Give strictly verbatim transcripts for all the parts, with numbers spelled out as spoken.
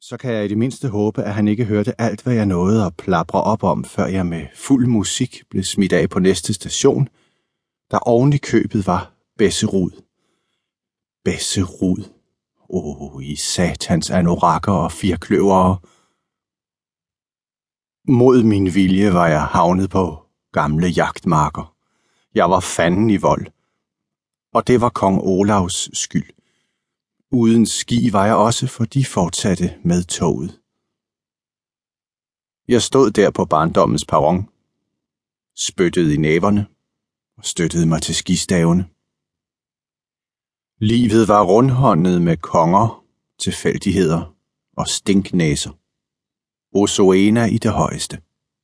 Så kan jeg i det mindste håbe, at han ikke hørte alt, hvad jeg nåede at plapre op om, før jeg med fuld musik blev smidt af på næste station, der oven i købet var Besserud. Besserud. Åh, oh, i satans anorakker og firkløvere. Mod min vilje var jeg havnet på gamle jagtmarker. Jeg var fanden i vold. Og det var kong Olavs skyld. Uden ski var jeg også, for de fortsatte med toget. Jeg stod der på barndommens perron, spyttede i næverne og støttede mig til skistavene. Livet var rundhåndet med konger, tilfældigheder og stinknæser. Osoena i det højeste.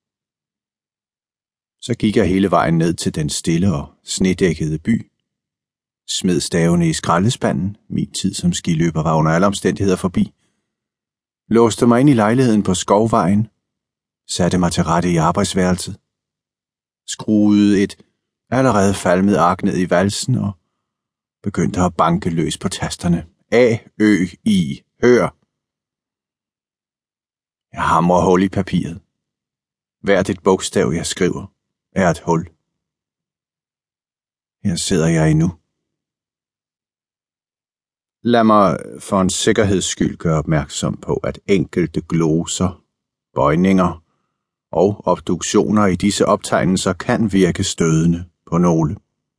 Så gik jeg hele vejen ned til den stille og snedækkede by, smed stavene i skraldespanden, min tid som skiløber var under alle omstændigheder forbi, låste mig ind i lejligheden på Skovvejen, satte mig til rette i arbejdsværelset, skruede et allerede falmet ark ned i valsen og begyndte at banke løs på tasterne. A, Ø, I, hør. Jeg hamrer hul i papiret. Hvert et bogstav, jeg skriver, er et hul. Her sidder jeg endnu. Lad mig for en sikkerheds skyld gøre opmærksom på, at enkelte gloser, bøjninger og obduktioner i disse optegnelser kan virke stødende på nogle.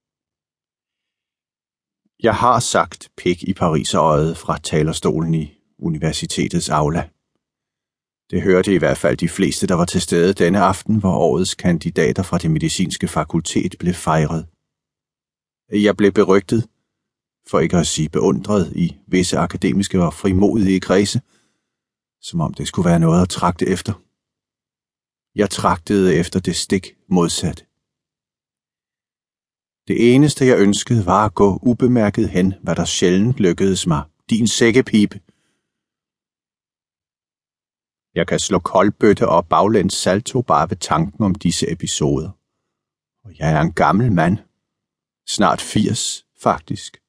Jeg har sagt pik i pariserøjet fra talerstolen i universitetets aula. Det hørte i hvert fald de fleste, der var til stede denne aften, hvor årets kandidater fra det medicinske fakultet blev fejret. Jeg blev berygtet, for ikke at sige beundret, i visse akademiske og frimodige kredse, som om det skulle være noget at tragte efter. Jeg tragtede efter det stik modsatte. Det eneste, jeg ønskede, var at gå ubemærket hen, hvad der sjældent lykkedes mig. Din sækkepipe. Jeg kan slå koldbøtte og baglæns salto bare ved tanken om disse episoder. Og jeg er en gammel mand. Snart firs, faktisk.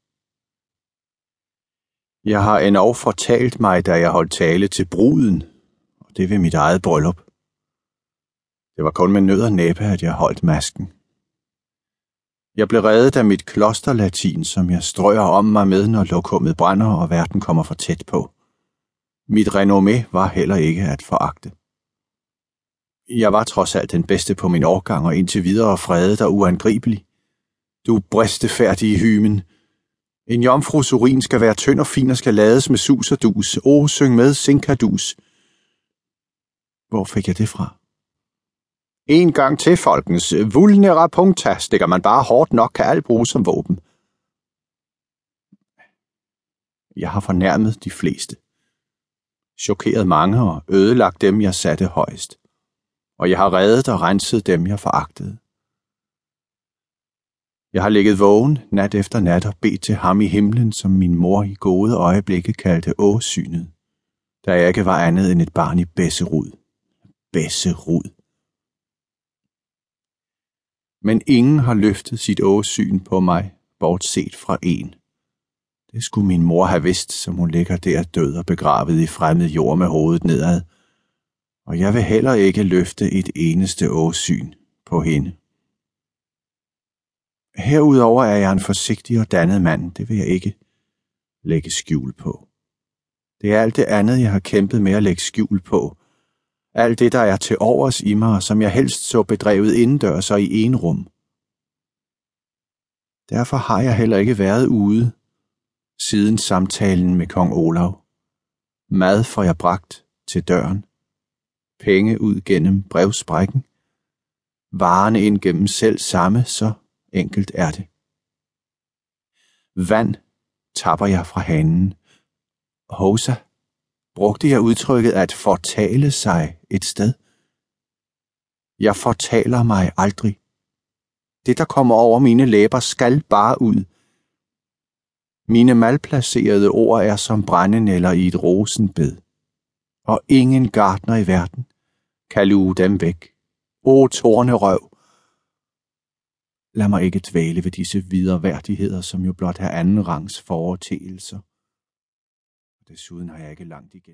Jeg har endnu fortalt mig, da jeg holdt tale til bruden, og det ved mit eget bryllup. Det var kun med nød og næppe, at jeg holdt masken. Jeg blev reddet af mit klosterlatin, som jeg strøger om mig med, når lokummet brænder og verden kommer for tæt på. Mit renommé var heller ikke at foragte. Jeg var trods alt den bedste på min årgang og indtil videre fredet og uangribelig. Du bristefærdige hymen. En jomfrus urin skal være tynd og fin og skal lades med sus og dus. Åh, syng med, sinkadus. Hvor fik jeg det fra? En gang til, folkens. Vulnera puncta. Stikker man bare hårdt nok, kan alt bruges som våben. Jeg har fornærmet de fleste. Chokeret mange og ødelagt dem, jeg satte højst. Og jeg har reddet og renset dem, jeg foragtede. Jeg har ligget vågen nat efter nat og bedt til ham i himlen, som min mor i gode øjeblikke kaldte åsynet, da jeg ikke var andet end et barn i Besserud. Besserud. Men ingen har løftet sit åsyn på mig, bortset fra en. Det skulle min mor have vidst, som hun ligger der død og begravet i fremmed jord med hovedet nedad. Og jeg vil heller ikke løfte et eneste åsyn på hende. Herudover er jeg en forsigtig og dannet mand, det vil jeg ikke lægge skjul på. Det er alt det andet, jeg har kæmpet med at lægge skjul på. Alt det, der er til overs i mig, som jeg helst så bedrevet indendørs og i enrum. Derfor har jeg heller ikke været ude siden samtalen med kong Olav. Mad får jeg bragt til døren. Penge ud gennem brevsprækken. Varerne ind gennem selv samme, så enkelt er det. Vand tapper jeg fra hanen. Hovsa, brugte jeg udtrykket at fortale sig et sted? Jeg fortaler mig aldrig. Det, der kommer over mine læber, skal bare ud. Mine malplacerede ord er som brændenælder i et rosenbed, og ingen gartner i verden kan luge dem væk. O tornerøv! Lad mig ikke dvæle ved disse videreværdigheder, som jo blot er anden rangs foreteelser. Desuden har jeg ikke langt igen.